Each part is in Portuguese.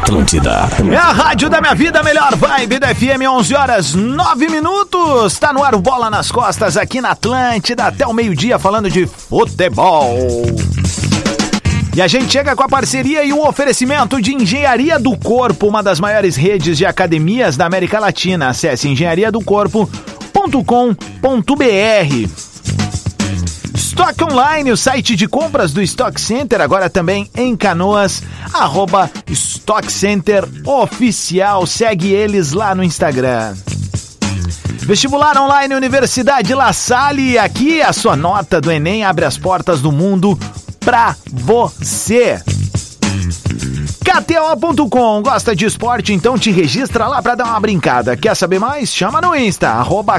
Atlântida. É a rádio da minha vida, melhor vibe da FM, 11h09. Tá no ar o Bola nas Costas aqui na Atlântida até o meio-dia falando de futebol. E a gente chega com a parceria e o oferecimento de Engenharia do Corpo, uma das maiores redes de academias da América Latina. Acesse engenhariadocorpo.com.br. Stock Online, o site de compras do Stock Center, agora também em Canoas, @Stock Center Oficial. Segue eles lá no Instagram. Vestibular Online Universidade La Salle, aqui a sua nota do Enem abre as portas do mundo pra você. KTO.com, gosta de esporte? Então te registra lá pra dar uma brincada. Quer saber mais? Chama no Insta,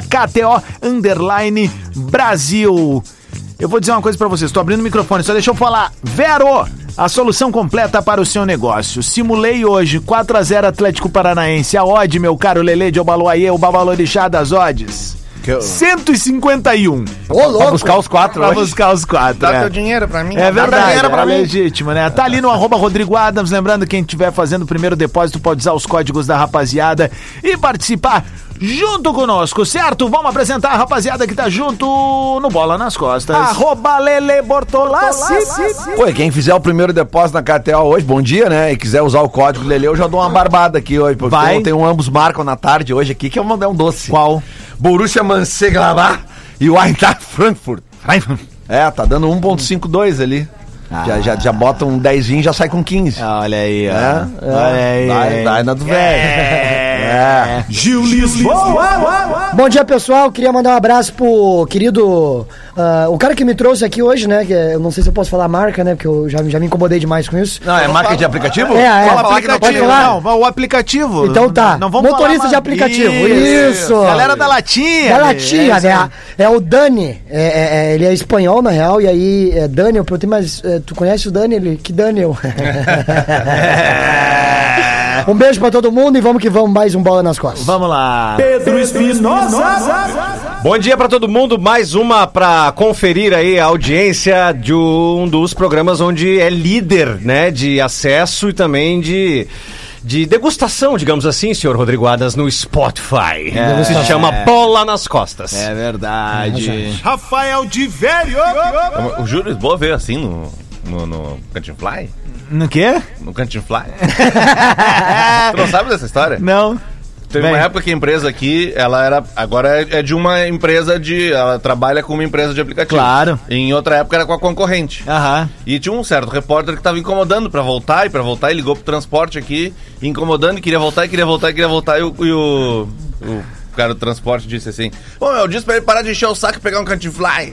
@KTO_Brasil. Eu vou dizer uma coisa pra vocês, tô abrindo o microfone, só deixa eu falar. Vero, a solução completa para o seu negócio. Simulei hoje 4-0 Atlético Paranaense. A odd, meu caro Lelê de Obaluayê, o babalorixá das odds. 151. Ô, louco. Pra buscar os 4 Pra hoje. buscar os 4. Dá teu dinheiro pra mim. É verdade, dinheiro pra é mim. legítimo, né? Tá ali no @Rodrigo Adams. Lembrando, quem estiver fazendo o primeiro depósito pode usar os códigos da rapaziada e participar junto conosco, certo? Vamos apresentar a rapaziada que tá junto no Bola nas Costas. @Lele Bortolassi. Pô, e quem fizer o primeiro depósito na KTO hoje, bom dia, né? E quiser usar o código Lele, eu já dou uma barbada aqui hoje. Porque Vai. tem um ambos marcam na tarde hoje aqui, que eu mandei um doce. Qual? Borussia Mönchengladbach e o Eintracht Frankfurt. É, tá dando 1.52 ali. Já bota um 10 e já sai com 15. Olha aí, ó. Olha aí. Vai na do velho. É. Gil Lisboa. Bom dia, pessoal. Queria mandar um abraço pro querido... o cara que me trouxe aqui hoje, né? Que eu não sei se eu posso falar a marca, né? Porque eu já me incomodei demais com isso. Não, é marca de aplicativo? É. Qual Pode aplicativo? falar? Não, o aplicativo. Então tá. Não vamos Motorista falar de aplicativo. Isso. Galera da latinha. Da latinha, isso aí. né? É o Dani. Ele é espanhol, na real. E aí, Dani, eu perguntei, mas tu conhece o Dani? Ele, que Daniel? Um beijo pra todo mundo e vamos que vamos, mais um Bola nas Costas. Vamos lá. Pedro Espinosa. Bom dia pra todo mundo, mais uma pra conferir aí a audiência de um dos programas onde é líder, né, de acesso e também de degustação, digamos assim, senhor Rodrigo Adams, no Spotify. Se chama Bola nas Costas. É verdade. Rafael de Velho. O Júlio Lisboa veio assim no Cantinfly? No quê? No Cantinfly? Tu não sabe dessa história? Não. Teve uma época que a empresa aqui, agora é de uma empresa ela trabalha com uma empresa de aplicativo. Claro. Em outra época era com a concorrente. Aham. E tinha um certo repórter que tava incomodando pra voltar, e ligou pro transporte aqui, incomodando, e queria voltar, e o cara do transporte disse assim: "Pô, eu disse pra ele parar de encher o saco e pegar um Cantinfly."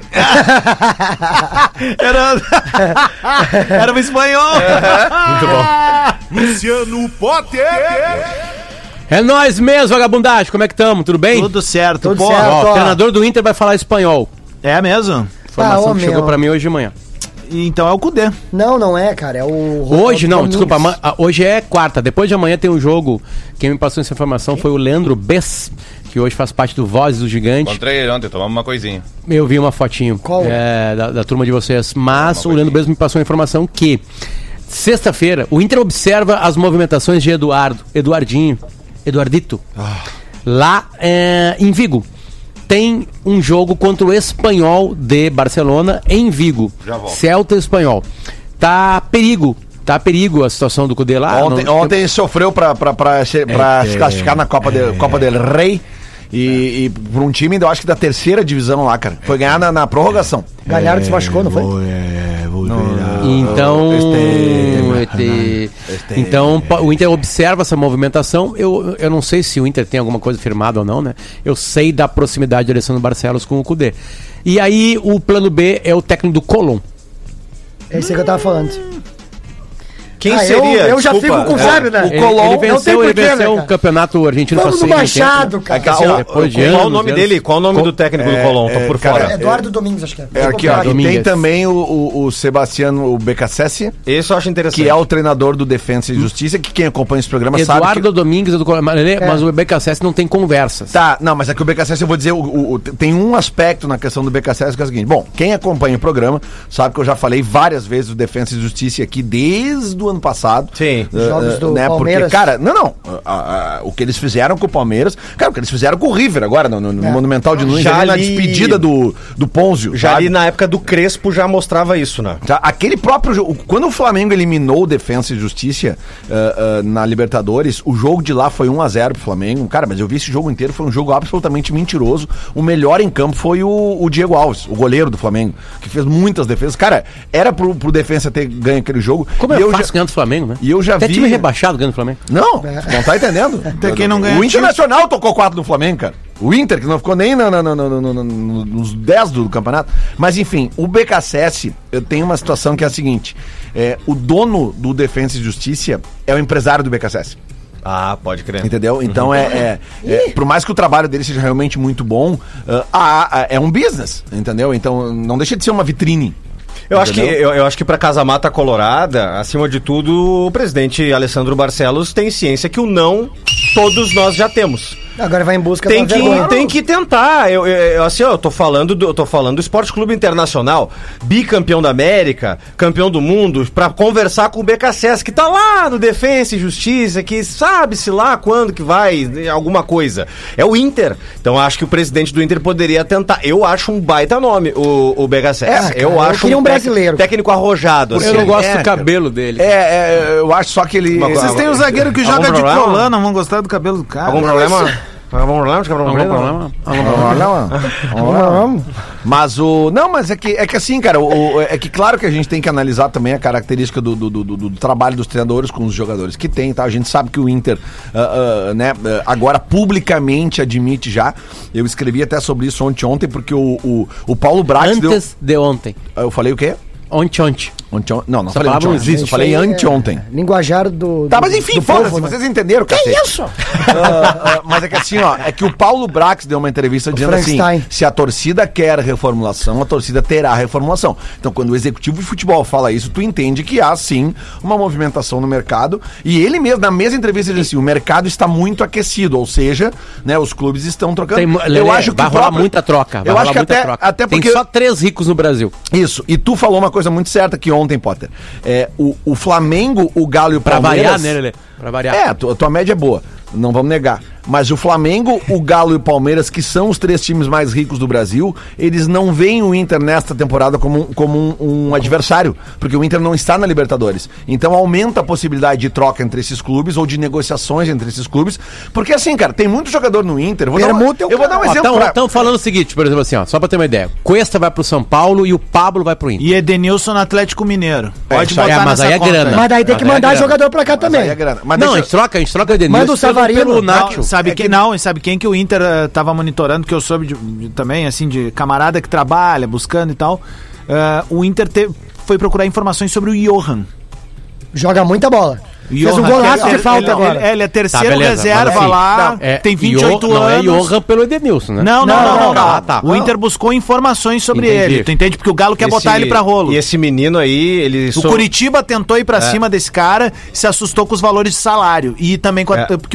Era um espanhol. Muito bom. Luciano Potter! É nós mesmo, vagabundagem. Como é que estamos? Tudo bem? Tudo certo. Tudo Pô, certo. Ó, ó. o treinador do Inter vai falar espanhol. É mesmo? Informação que chegou meu. pra mim hoje de manhã. Então é o Cudê. Não é, cara. É o... Hoje, não, Domingos. desculpa. Hoje é quarta. Depois de amanhã tem um jogo. Quem me passou essa informação foi o Leandro Bess, que hoje faz parte do Vozes do Gigante. Encontrei ele ontem, tomamos uma coisinha. Eu vi uma fotinho Qual? da turma de vocês. Mas o Leandro Bess me passou a informação que sexta-feira o Inter observa as movimentações de Eduardito, lá em Vigo. Tem um jogo contra o Espanhol de Barcelona em Vigo. Já volto. Celta e Espanhol. Tá perigo a situação do Cudê lá. Ontem sofreu pra se classificar na Copa del Rei. E por um time, eu acho que da terceira divisão lá, cara. Foi ganhar na prorrogação. Galhardo se machucou, não foi? Então o Inter observa essa movimentação. Eu não sei se o Inter tem alguma coisa firmada ou não, né? Eu sei da proximidade de Alessandro Barcelos com o Cudê. E aí o plano B é o técnico do Colón. É isso aí que eu tava falando. Quem seria? Eu já Desculpa. fico com sabe, né? Ele venceu o cara. campeonato argentino Vamos no faz Machado, cara. Depois de Qual o anos, nome anos. dele? Qual o nome do técnico do Colón? Tô por cara, fora. Eduardo Domingos, acho que é. É aqui, ó. E Domingues. tem também o Sebastiano Becassese, Esse eu acho interessante. que é o treinador do Defensa e Justiça, que quem acompanha esse programa sabe Eduardo que... Domingues, mas o BKSS não tem conversas. Tá, não, mas é que o BKSS, eu vou dizer, tem um aspecto na questão do BKSS que é o seguinte: bom, quem acompanha o programa sabe que eu já falei várias vezes do Defensa e Justiça aqui desde o ano passado. Sim. Jogos do né? Porque, Palmeiras. cara, o que eles fizeram com o Palmeiras, cara, o que eles fizeram com o River agora, no Monumental de Nunes, Já ali na ali- despedida do Ponzio. Já sabe? ali na época do Crespo já mostrava isso, né? Tá, aquele próprio jogo, quando o Flamengo eliminou o Defensa e Justiça na Libertadores, o jogo de lá foi 1-0 pro Flamengo. Cara, mas eu vi esse jogo inteiro, foi um jogo absolutamente mentiroso. O melhor em campo foi o Diego Alves, o goleiro do Flamengo, que fez muitas defesas. Cara, era pro Defensa ter ganho aquele jogo. Como E é eu fácil já- ganhar do Flamengo, né? E eu já Até vi... time rebaixado ganhando do Flamengo. Não, não tá entendendo. Até quem não ganha O Internacional tocou 4 do Flamengo, cara. O Inter, que não ficou nem nos 10 do campeonato. Mas enfim, o BKSS, eu tenho uma situação que é a seguinte: o dono do Defensa e Justiça é o empresário do BKSS. Ah, pode crer. Entendeu? Então por mais que o trabalho dele seja realmente muito bom, é um business, entendeu? Então não deixa de ser uma vitrine. Eu acho que, Entendeu? eu acho que pra Casa Mata Colorada, acima de tudo, o presidente Alessandro Barcelos tem ciência que o não todos nós já temos. Agora vai em busca Tem da vergonha. que tentar. Eu tô falando do Esporte Clube Internacional, bicampeão da América, campeão do mundo, pra conversar com o BKSS, que tá lá no Defensa e Justiça, que sabe-se lá quando que vai, alguma coisa. É o Inter. Então acho que o presidente do Inter poderia tentar. Eu acho um baita nome, o BKSS. Cara, eu acho queria um brasileiro. técnico arrojado. Eu assim. não gosto é, do cabelo dele. Eu acho só que ele. Vocês têm um zagueiro que Algum joga de problema? colã, não vão gostar do cabelo do cara. Algum problema? Algum problema? Mas mas é que assim, cara, é que claro que a gente tem que analisar também a característica do trabalho dos treinadores com os jogadores que tem, tá? A gente sabe que o Inter, agora publicamente admite já, eu escrevi até sobre isso ontem, porque o Paulo Brax Antes de ontem. Eu falei o quê? Ontem. Não Essa falei palavra não ontem, eu falei Isso aí anteontem. Linguajar do. Tá, mas enfim, do foda-se, povo, né? vocês entenderam, cacete. Que isso? Mas é que assim, ó, é que o Paulo Brax deu uma entrevista dizendo assim, Frankenstein. se a torcida quer reformulação, a torcida terá reformulação. Então, quando o executivo de futebol fala isso, tu entende que há, sim, uma movimentação no mercado, e ele mesmo, na mesma entrevista, ele disse assim, o mercado está muito aquecido, ou seja, né, os clubes estão trocando. Eu acho que vai rolar muita troca. Eu acho que até porque... Tem só 3 ricos no Brasil. Isso, e tu falou uma coisa muito certa aqui ontem, Potter. O Flamengo, o Galo e o Pra Palmeiras... variar, né, Lelê? Pra variar. A tua média é boa, não vamos negar. Mas o Flamengo, o Galo e o Palmeiras, que são os 3 times mais ricos do Brasil, eles não veem o Inter nesta temporada como um adversário, porque o Inter não está na Libertadores. Então aumenta a possibilidade de troca entre esses clubes ou de negociações entre esses clubes, porque assim, cara, tem muito jogador no Inter. Eu vou dar um exemplo. Estamos falando o seguinte, por exemplo, assim, ó, só pra ter uma ideia. Cuesta vai pro São Paulo e o Pablo vai pro Inter. E Edenilson no Atlético Mineiro. Pode isso aí. botar Mas aí é conta. grana. Mas daí tem que Mas mandar é grana. jogador pra cá também. Aí é grana. Mas Não, deixa- a gente troca o Edenilson Manda o Savarino. pelo Não, Nacho. sabe quem que o Inter tava monitorando, que eu soube também, assim, de camarada que trabalha, buscando e tal. O Inter foi procurar informações sobre o Johan. Joga muita bola. Fez um Johan, golaço que de falta agora. Ele é terceiro Tá, beleza, reserva mas assim, lá, tem 28 Não é anos. Johan pelo Edenilson, né? Não. Ah, tá. O Inter buscou informações sobre Entendi. ele. Tu entende? Porque o Galo quer botar ele pra rolo. E esse menino aí, ele... O Curitiba tentou ir pra cima desse cara, se assustou com os valores de salário. E também com porque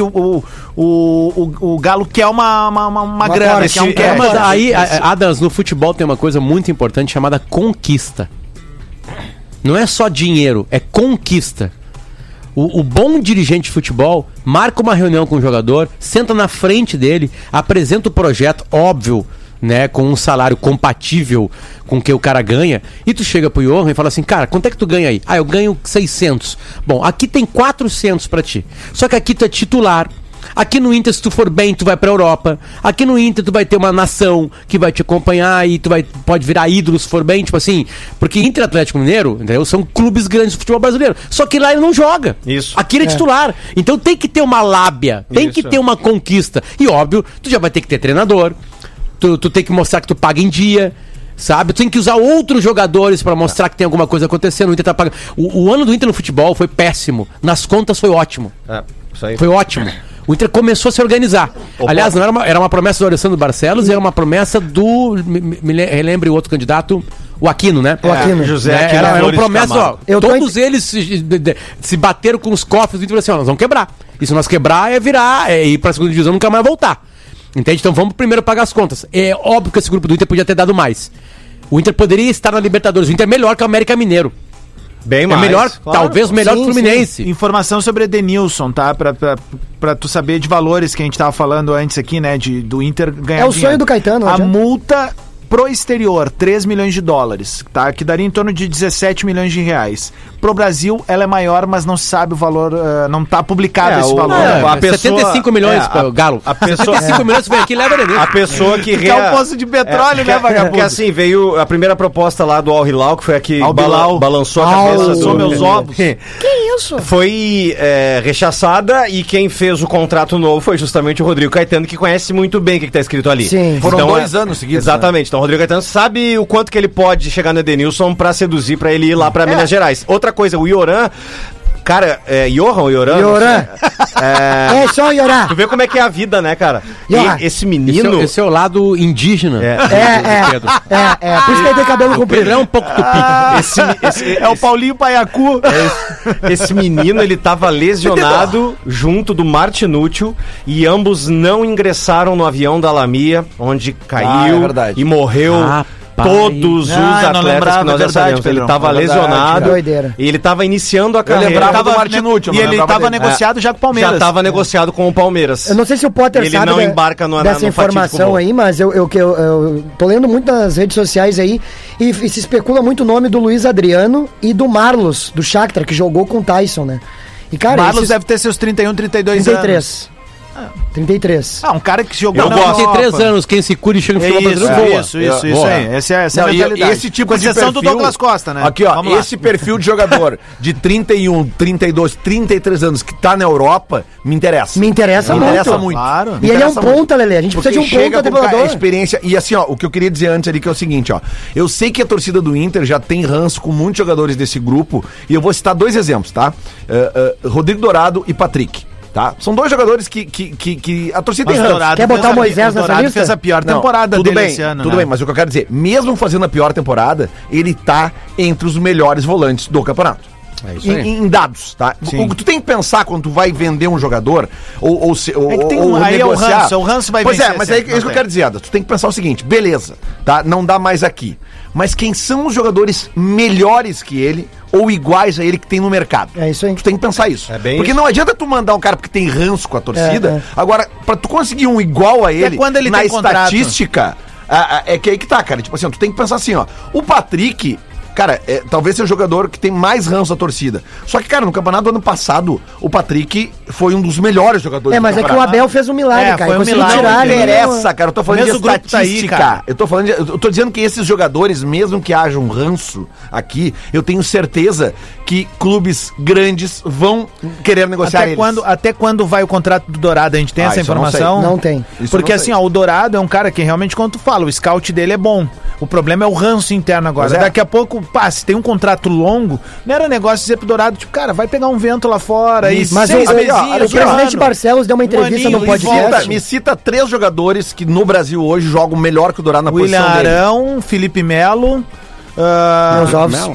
o Galo quer uma grana, quer um cash. Mas aí, Adams, no futebol tem uma coisa muito importante chamada conquista. Não é só dinheiro, é conquista. O bom dirigente de futebol marca uma reunião com o jogador, senta na frente dele, apresenta o projeto, óbvio, né, com um salário compatível com o que o cara ganha, e tu chega pro Johan e fala assim, cara, quanto é que tu ganha aí? Ah, eu ganho 600. Bom, aqui tem 400 pra ti. Só que aqui tu é titular. Aqui no Inter, se tu for bem, tu vai pra Europa. Aqui no Inter, tu vai ter uma nação que vai te acompanhar e pode virar ídolo se for bem, tipo assim. Porque Inter e Atlético Mineiro, entendeu? São clubes grandes do futebol brasileiro. Só que lá ele não joga. Isso. Aqui ele é titular. Então tem que ter uma lábia, tem que ter uma conquista. E óbvio, tu já vai ter que ter treinador. Tu tem que mostrar que tu paga em dia. Sabe? Tu tem que usar outros jogadores pra mostrar que tem alguma coisa acontecendo. O Inter tá pagando. O ano do Inter no futebol foi péssimo. Nas contas foi ótimo. Isso aí. Foi ótimo. O Inter começou a se organizar. Aliás, não era uma promessa do Alessandro Barcelos, era uma promessa do. Me relembre o outro candidato, o Aquino, né? O Aquino. José Né? Aquino Era uma Flores promessa, Camargo. ó. Todos eles se bateram com os cofres do Inter e falaram assim: ó, nós vamos quebrar. E se nós quebrar, é ir pra segunda divisão e nunca mais voltar. Entende? Então vamos primeiro pagar as contas. É óbvio que esse grupo do Inter podia ter dado mais. O Inter poderia estar na Libertadores. O Inter é melhor que o América Mineiro. Bem É mais. melhor, Claro. talvez melhor que Sim, o Fluminense. Informação sobre Edenilson, tá? Pra tu saber de valores que a gente tava falando antes aqui, né? Do Inter ganhar É o sonho do Caetano, não A adianta. multa pro exterior, 3 milhões de dólares, tá? Que daria em torno de 17 milhões de reais. Pro Brasil, ela é maior, mas não se sabe o valor, não tá publicado esse valor. a pessoa- 75 milhões, Galo. a pessoa- 75 milhões, vem aqui e leva ele. A pessoa que Que é um poço de petróleo, né, vagabundo? Porque assim, veio a primeira proposta lá do Al Hilal, que foi a que Al Bilal. balançou a cabeça Balançou meus ovos. Que isso? Foi rechaçada e quem fez o contrato novo foi justamente o Rodrigo Caetano, que conhece muito bem o que tá escrito ali. Sim. Foram 2 anos seguidos, Exatamente. Então o Rodrigo Caetano sabe o quanto que ele pode chegar no Edenilson pra seduzir, pra ele ir lá pra Minas Gerais. Outra coisa, o Ioran... Cara, Johan ou Ioran? Ioran. É só Ioran. Tu vê como é que é a vida, né, cara? Johan. E esse menino... Esse é o lado indígena. Pedro. Por isso que ele tem cabelo O Pedro comprido. é um pouco tupi. É o Paulinho Paiacu. Esse menino, ele tava lesionado junto do Martinútil e ambos não ingressaram no avião da Lamia, onde caiu é verdade. e morreu. Rapaz. Todos os Ah, eu não atletas lembrava, que nós é já verdade, sabemos. Ele Pedrão, tava é verdade, lesionado. doideira. E ele tava iniciando a carreira. lembrava Ele do Martinútil, E não ele lembrava tava dele. negociado já com o Palmeiras. já tava negociado com o Palmeiras. Eu não sei se o Potter Ele sabe não embarca no- dessa no fatídico informação voo. aí, mas eu tô lendo muito nas redes sociais aí e se especula muito o nome do Luiz Adriano e do Marlos, do Shakhtar, que jogou com o Tyson, né? E, cara, Marlos esses- deve ter seus 31, 32 anos. 33. 33. Ah, um cara que jogou Eu na gosto. Europa. 33 anos, quem se cura e chega no futebol brasileiro, boa. Isso Boa. aí. Essa é a Não, e mentalidade. esse tipo Com de exceção perfil, do Douglas Costa, né? Aqui, ó, Vamos lá. esse perfil de jogador de 31, 32, 33 anos que tá na Europa, me interessa. Me interessa muito. muito. Claro. E ele é um ponta, Lelê. A gente precisa de um chega ponta com a devorador. experiência. E assim, ó, o que eu queria dizer antes ali que é o seguinte, ó. Eu sei que a torcida do Inter já tem ranço com muitos jogadores desse grupo. E eu vou citar 2 exemplos, tá? Rodrigo Dourado e Patrick. Tá? São 2 jogadores que a torcida Mas tem o ranço. Dourado Quer botar fez o Moisés nessa Dourado lista? fez a pior Não, temporada tudo dele bem, esse ano, tudo né? bem, mas o que eu quero dizer, mesmo fazendo a pior temporada, ele tá entre os melhores volantes do campeonato. É isso aí. Em dados, tá? Sim. O que tu tem que pensar quando tu vai vender um jogador ou É que tem aí é o ranço vai Pois vencer é, mas é sempre, isso que eu quero dizer, Ada. Tu tem que pensar o seguinte, beleza, tá? Não dá mais aqui. Mas quem são os jogadores melhores que ele ou iguais a ele que tem no mercado? É isso aí. Tu tem que pensar isso. É bem porque isso. não adianta tu mandar um cara porque tem ranço com a torcida. Agora, pra tu conseguir um igual a ele, quando ele na tem contrato. estatística, é que aí que tá, cara. Tipo assim, ó, tu tem que pensar assim, ó. O Patrick... Cara, talvez seja o jogador que tem mais ranço da torcida. Só que, cara, no campeonato do ano passado, o Patrick foi um dos melhores jogadores Mas do é que o campeonato. Abel fez um milagre, É, cara. foi um Conseguiu milagre. tirar Não ali, interessa, cara. Eu tô falando de Mesmo grupo tá aí, estatística. cara. Eu tô dizendo que esses jogadores, mesmo que haja um ranço aqui, eu tenho certeza que clubes grandes vão querer negociar eles. Até quando vai o contrato do Dourado? A gente tem essa isso eu não informação? Não tem. Isso Porque eu não assim, sei. ó, o Dourado é um cara que realmente, quando tu fala, o scout dele é bom. O problema é o ranço interno agora. Pois é. Daqui a pouco, se tem um contrato longo, não era negócio de dizer pro Dourado, tipo, cara, vai pegar um vento lá fora e Mas seis o mesinhos, presidente um ano. Barcelos deu uma entrevista aninho no e podcast. Me cita 3 jogadores que no Brasil hoje jogam melhor que o Dourado na William posição dele. Arão, Felipe Melo. Meus ovos.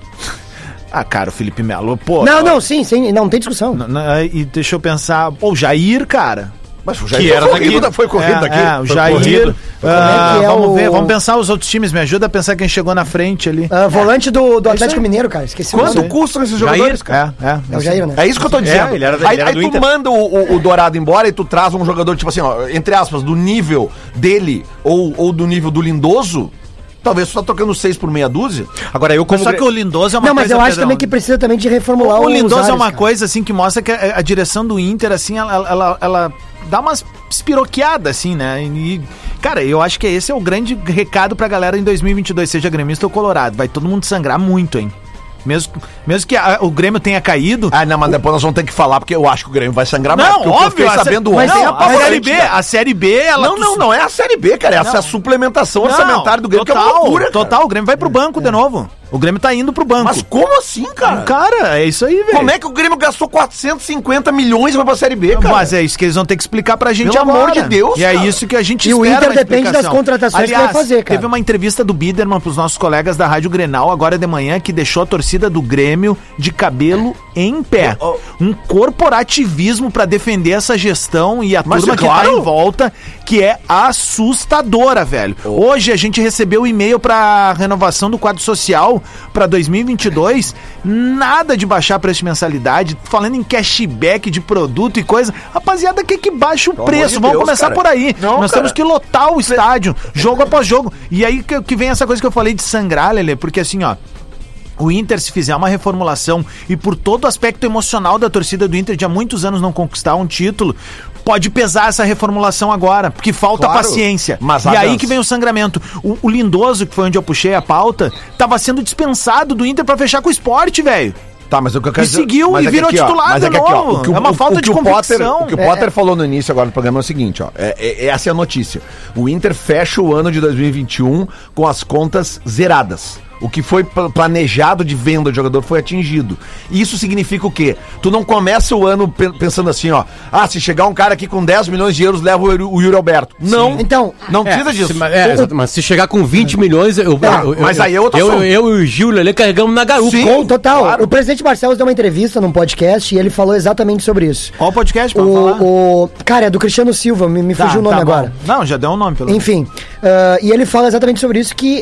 Cara, o Felipe Melo, pô. Não, sim, não tem discussão. E deixa eu pensar. Pô, o Jair, cara. Mas o Que era daqui. foi corrido daqui. O Foi Jair. corrido. Como é que é vamos o- ver, vamos pensar os outros times. Me ajuda a pensar quem chegou na frente ali. Volante do Atlético Mineiro, cara. Esqueci o Quanto nome. custam esses jogadores, cara? É o Jair, né? É isso que eu tô dizendo. ele era aí do tu Inter. manda o Dourado embora e tu traz um jogador, tipo assim, ó, entre aspas, do nível dele ou do nível do Lindoso, talvez tu tá tocando 6 por meia dúzia. Agora eu como... Só que o Lindoso é uma Não, mas coisa... eu acho Pedrão, também que precisa também de reformular o Lindoso ares, é uma cara. coisa assim que mostra que a direção do Inter, assim, ela dá umas espiroqueadas, assim, né? E, cara, eu acho que esse é o grande recado pra galera em 2022, seja gremista ou colorado. Vai todo mundo sangrar muito, hein? Mesmo que o Grêmio tenha caído... Ah, não, mas depois nós vamos ter que falar, porque eu acho que o Grêmio vai sangrar mais. Não, porque o que eu óbvio, fiquei sabendo mas ontem tem é a Série B, a Série B, ela... Não é a Série B, cara. É essa suplementação orçamentária do Grêmio, que é uma loucura, cara. Total, o Grêmio vai pro banco de novo. O Grêmio tá indo pro banco. Mas como assim, cara? Cara, é isso aí, velho. Como é que o Grêmio gastou 450 milhões e vai pra Série B, cara? Mas é isso que eles vão ter que explicar pra gente Pelo agora. amor de Deus, E é cara. isso que a gente E o espera Inter uma depende explicação. das contratações que vai fazer, cara. Teve uma entrevista do Biderman pros nossos colegas da Rádio Grenal agora de manhã que deixou a torcida do Grêmio de cabelo em pé. Um corporativismo pra defender essa gestão e a Mas turma é que claro. tá em volta, que é assustadora, velho. Hoje a gente recebeu o e-mail pra renovação do quadro social Grenal pra 2022, nada de baixar preço de mensalidade, falando em cashback de produto e coisa. Rapaziada, quer que baixe o preço? Vamos começar por aí. Nós temos que lotar o estádio, jogo após jogo. E aí que vem essa coisa que eu falei de sangrar, Lelê, porque assim, ó, o Inter, se fizer uma reformulação e por todo o aspecto emocional da torcida do Inter de há muitos anos não conquistar um título, pode pesar essa reformulação agora, porque falta paciência. Mas e aí que vem o sangramento. O Lindoso, que foi onde eu puxei a pauta, tava sendo dispensado do Inter pra fechar com o Sport, velho. Tá, mas o que eu quero E seguiu e virou titular de novo. É uma falta de convicção. O que o Potter falou no início agora do programa é o seguinte, ó. Essa é a notícia. O Inter fecha o ano de 2021 com as contas zeradas. O que foi planejado de venda de jogador foi atingido. Isso significa o quê? Tu não começa o ano pensando assim, ó. Ah, se chegar um cara aqui com 10 milhões de euros, leva o Yuri Alberto. Não. Então, não precisa disso. Mas se chegar com 20 milhões, mas aí é outra eu e o Gil ali carregamos na garupa. Sim, total. Claro. O presidente Barcelos deu uma entrevista num podcast e ele falou exatamente sobre isso. Qual podcast? Cara, é do Cristiano Silva, me fugiu o nome agora. Não, já deu um nome, pelo menos. Enfim, e ele fala exatamente sobre isso, que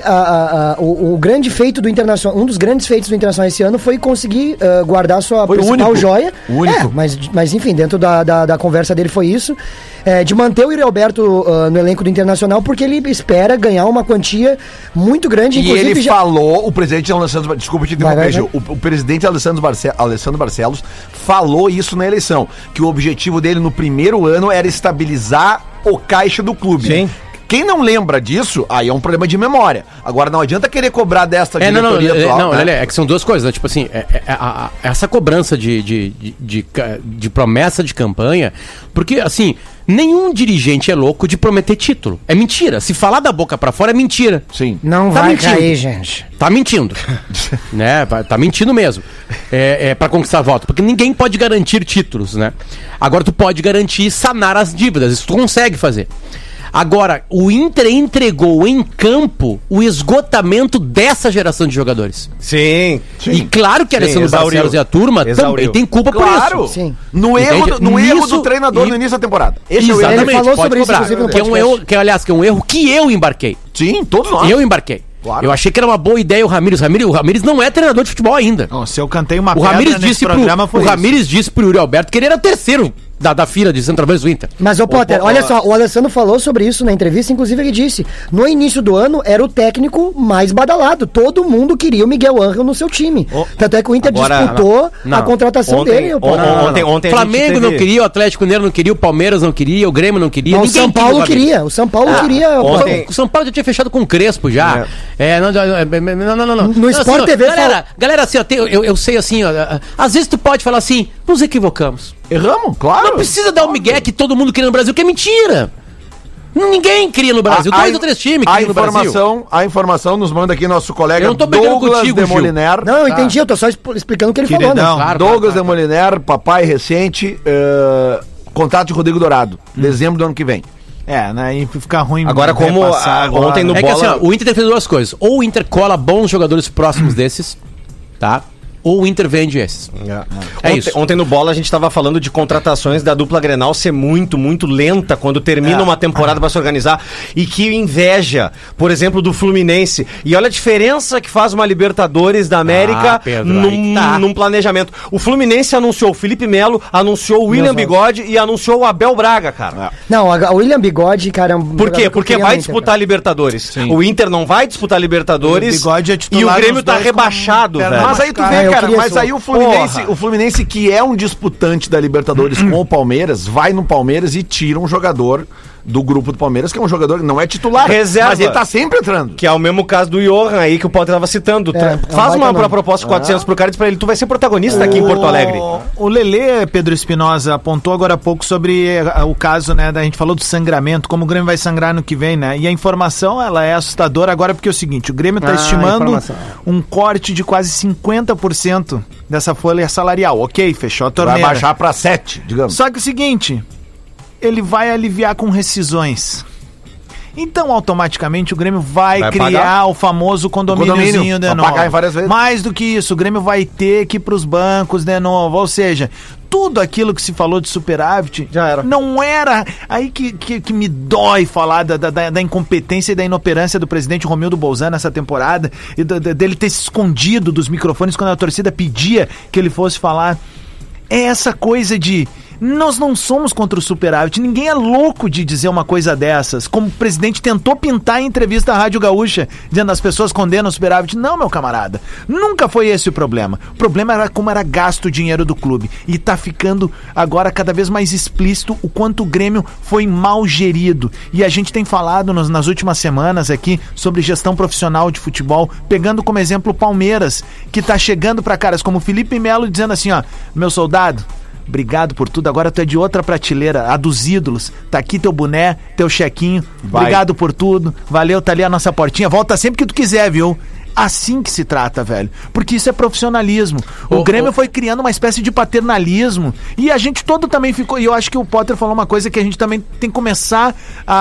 o grande feito do Internacional, um dos grandes feitos do Internacional esse ano foi conseguir guardar sua principal joia. O único. Mas enfim, dentro da conversa dele foi isso, de manter o Yuri Alberto no elenco do Internacional, porque ele espera ganhar uma quantia muito grande. E ele falou, o presidente Alessandro, desculpa te interromper, o presidente Alessandro Barcelos falou isso na eleição, que o objetivo dele no primeiro ano era estabilizar o caixa do clube. Sim. Quem não lembra disso, aí é um problema de memória. Agora, não adianta querer cobrar desta diretoria atual. Né? É que são duas coisas, né? Tipo assim, essa cobrança de promessa de campanha, porque, assim, nenhum dirigente é louco de prometer título. É mentira. Se falar da boca pra fora, é mentira. Sim. Não vai cair, gente. Tá mentindo. Né? Tá mentindo mesmo. Pra conquistar voto. Porque ninguém pode garantir títulos, né? Agora tu pode garantir sanar as dívidas. Isso tu consegue fazer. Agora, o Inter entregou em campo o esgotamento dessa geração de jogadores. Sim. E claro que Alessandro Barcelos e a turma também tem culpa por isso. Sim. No erro do treinador no início da temporada. Exatamente, ele falou pode sobre cobrar. isso, inclusive, no que é um erro, que é um erro que eu embarquei. Sim, todos nós. Eu embarquei. Claro. Eu achei que era uma boa ideia o Ramires. O Ramires não é treinador de futebol ainda. Não, se eu cantei uma O Ramires disse pro Yuri Alberto que ele era terceiro da fila de centroavantes do Inter. Mas, Potter, olha só, o Alessandro falou sobre isso na entrevista, inclusive ele disse, no início do ano era o técnico mais badalado, todo mundo queria o Miguel Ángel no seu time. Tanto é que o Inter disputou a contratação dele. Ontem Flamengo não queria, o Atlético Mineiro não queria, o Palmeiras não queria, o Grêmio não queria. O São Paulo queria, o São Paulo queria. O São Paulo já tinha fechado com o Crespo já. Não. No Sport TV... Galera, assim, eu sei assim, às vezes tu pode falar assim, nos equivocamos. Erramos, claro. Não precisa dar o migué que todo mundo queria no Brasil, que é mentira. Ninguém queria no Brasil. 2 ou 3 times queriam no Brasil. A informação nos manda aqui nosso colega eu não tô Douglas contigo, Demoliner. Não, eu entendi, eu tô só explicando o que ele falou, né? Claro, Douglas Demoliner, papai recente, contrato de Rodrigo Dourado, dezembro do ano que vem. Né? E fica ruim. Agora, como ontem no Bola... É que assim, ó, o Inter fez 2 coisas. Ou o Inter cola bons jogadores próximos desses, tá? Ou o Inter vende esses. Ontem no Bola a gente estava falando de contratações da dupla Grenal ser muito, muito lenta quando termina uma temporada para se organizar. E que inveja, por exemplo, do Fluminense. E olha a diferença que faz uma Libertadores da América num planejamento. O Fluminense anunciou o Felipe Melo, anunciou o William Bigode e anunciou o Abel Braga, cara. Não, o William Bigode, cara... Por quê? Porque vai disputar a Libertadores. Sim. O Inter não vai disputar a Libertadores e o Grêmio tá rebaixado, velho. Mas aí tu vê, cara, mas aí o Fluminense, que é um disputante da Libertadores com o Palmeiras, vai no Palmeiras e tira um jogador do grupo do Palmeiras, que é um jogador que não é titular, reserva, mas ele tá sempre entrando. Que é o mesmo caso do Johan aí, que o Potter tava citando. Faz uma proposta de 400 pro cara e diz pra ele, tu vai ser protagonista aqui em Porto Alegre. O Lelê, Pedro Espinosa, apontou agora há pouco sobre o caso, né, a gente falou do sangramento, como o Grêmio vai sangrar no que vem, né, e a informação, ela é assustadora agora, porque é o seguinte, o Grêmio tá estimando um corte de quase 50% dessa folha salarial, ok, fechou a torneira. Vai baixar pra 7, digamos. Só que é o seguinte... ele vai aliviar com rescisões. então automaticamente o Grêmio vai criar pagar o famoso condomíniozinho de vai novo. pagar em várias vezes. Mais do que isso, o Grêmio vai ter que ir pros bancos de novo, ou seja, tudo aquilo que se falou de superávit Já era. não era. Aí que me dói falar da incompetência e da inoperância do presidente Romildo Bolzan nessa temporada, e dele ter se escondido dos microfones quando a torcida pedia que ele fosse falar. É essa coisa de... Nós não somos contra o superávit. Ninguém é louco de dizer uma coisa dessas. Como o presidente tentou pintar em entrevista à Rádio Gaúcha, dizendo as pessoas condenam o superávit. Não, meu camarada. Nunca foi esse o problema. O problema era como era gasto o dinheiro do clube. E tá ficando agora cada vez mais explícito o quanto o Grêmio foi mal gerido. E a gente tem falado nas últimas semanas aqui sobre gestão profissional de futebol, pegando como exemplo o Palmeiras, que tá chegando pra caras como Felipe Melo dizendo assim, ó, meu soldado, obrigado por tudo, agora tu é de outra prateleira, a dos ídolos, tá aqui teu boné, teu chequinho, obrigado por tudo, valeu, tá ali a nossa portinha, volta sempre que tu quiser, viu? Assim que se trata, velho, porque isso é profissionalismo. O Grêmio foi criando uma espécie de paternalismo e a gente todo também ficou, e eu acho que o Potter falou uma coisa que a gente também tem que começar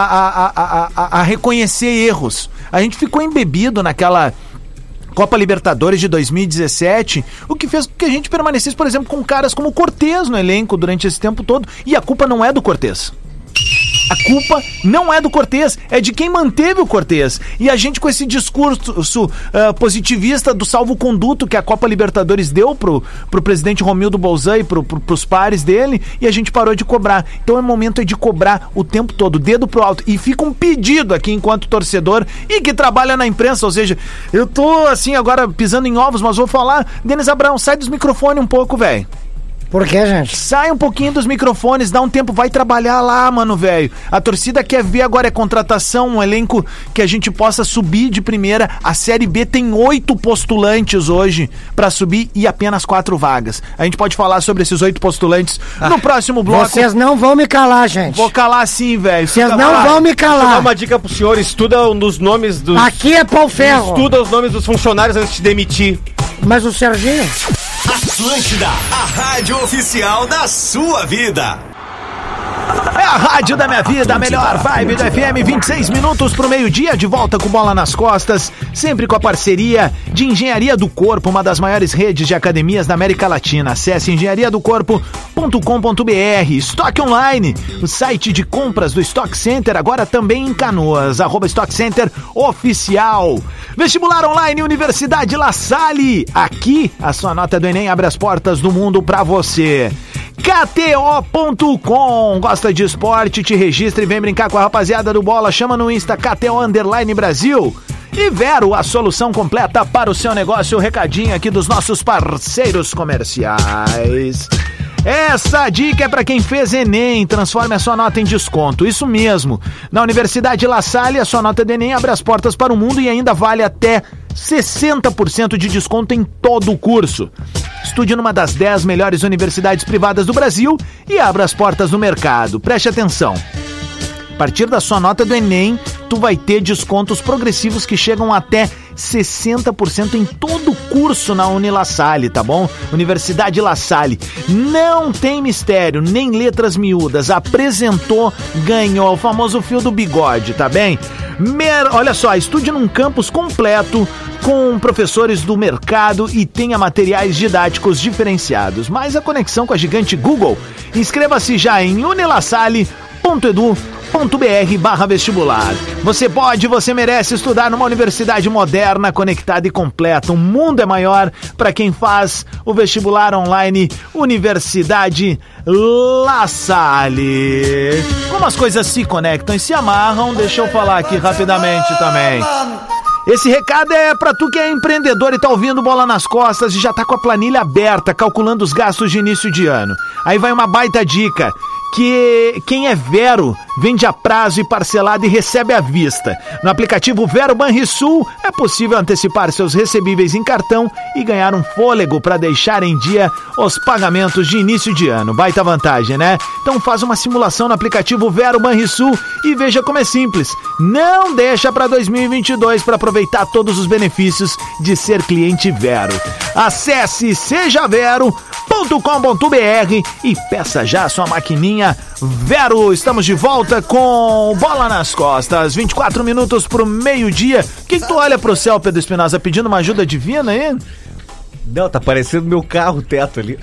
a reconhecer erros. A gente ficou embebido naquela Copa Libertadores de 2017, o que fez com que a gente permanecesse, por exemplo, com caras como o Cortez no elenco durante esse tempo todo, e a culpa não é do Cortez. A culpa não é do Cortez, é de quem manteve o Cortez. E a gente com esse discurso positivista do salvo-conduto que a Copa Libertadores deu pro presidente Romildo Bolzan e pros pares dele, e a gente parou de cobrar. Então é momento de cobrar o tempo todo, dedo pro alto. E fica um pedido aqui enquanto torcedor e que trabalha na imprensa, ou seja, eu tô assim agora pisando em ovos, mas vou falar, Denis Abraão, sai dos microfones um pouco, velho. Por que, gente? Sai um pouquinho dos microfones, dá um tempo, vai trabalhar lá, mano, velho. A torcida quer ver agora contratação, um elenco que a gente possa subir de primeira. A Série B tem 8 postulantes hoje pra subir e apenas 4 vagas. A gente pode falar sobre esses 8 postulantes no próximo bloco. Vocês não vão me calar, gente. Vou calar sim, velho. Vocês não vão me Deixa eu dar calar. uma dica pro senhor, estuda um dos nomes dos... Aqui é pau ferro. Estuda os nomes dos funcionários antes de demitir. Mas o Serginho... Atlântida, a rádio oficial da sua vida. É a rádio da minha vida, a melhor vibe do FM, 26 minutos pro meio-dia, de volta com bola nas costas, sempre com a parceria de Engenharia do Corpo, uma das maiores redes de academias da América Latina. Acesse engenhariadocorpo.com.br. Stock Online, o site de compras do Stock Center, agora também em Canoas, @Stock Center Oficial. Vestibular Online Universidade La Salle, aqui a sua nota do Enem abre as portas do mundo pra você. KTO.com, gosta de esporte, te registra e vem brincar com a rapaziada do Bola, chama no Insta KTO_Brasil. E Vero, a solução completa para o seu negócio, o recadinho aqui dos nossos parceiros comerciais. Essa dica é para quem fez Enem, transforme a sua nota em desconto, isso mesmo. Na Universidade La Salle, a sua nota de Enem abre as portas para o mundo e ainda vale até 60% de desconto em todo o curso. Estude numa das 10 melhores universidades privadas do Brasil e abra as portas do mercado. Preste atenção. A partir da sua nota do Enem, tu vai ter descontos progressivos que chegam até 60% em todo o curso na Unila Salle, tá bom? Universidade La Salle. Não tem mistério, nem letras miúdas. Apresentou, ganhou. O famoso fio do bigode, tá bem? Olha só, estude num campus completo com professores do mercado e tenha materiais didáticos diferenciados. Mais a conexão com a gigante Google. Inscreva-se já em unilasalle.edu.br/vestibular. Você pode, você merece estudar numa universidade moderna, conectada e completa. O mundo é maior para quem faz o vestibular online. Universidade La Salle. Como as coisas se conectam e se amarram, deixa eu falar aqui rapidamente também. Esse recado é pra tu que é empreendedor e tá ouvindo Bola nas Costas e já tá com a planilha aberta, calculando os gastos de início de ano. Aí vai uma baita dica, que quem é Vero vende a prazo e parcelado e recebe à vista. No aplicativo Vero Banrisul é possível antecipar seus recebíveis em cartão e ganhar um fôlego para deixar em dia os pagamentos de início de ano. Baita vantagem, né? Então faz uma simulação no aplicativo Vero Banrisul e veja como é simples. Não deixa para 2022 para aproveitar todos os benefícios de ser cliente Vero. Acesse sejavero.com.br e peça já a sua maquininha Vero. Estamos de volta volta com Bola nas Costas, 24 minutos pro meio-dia. O que tu olha pro céu, Pedro Espinosa, pedindo uma ajuda divina aí? Não, tá parecendo meu carro, o teto ali.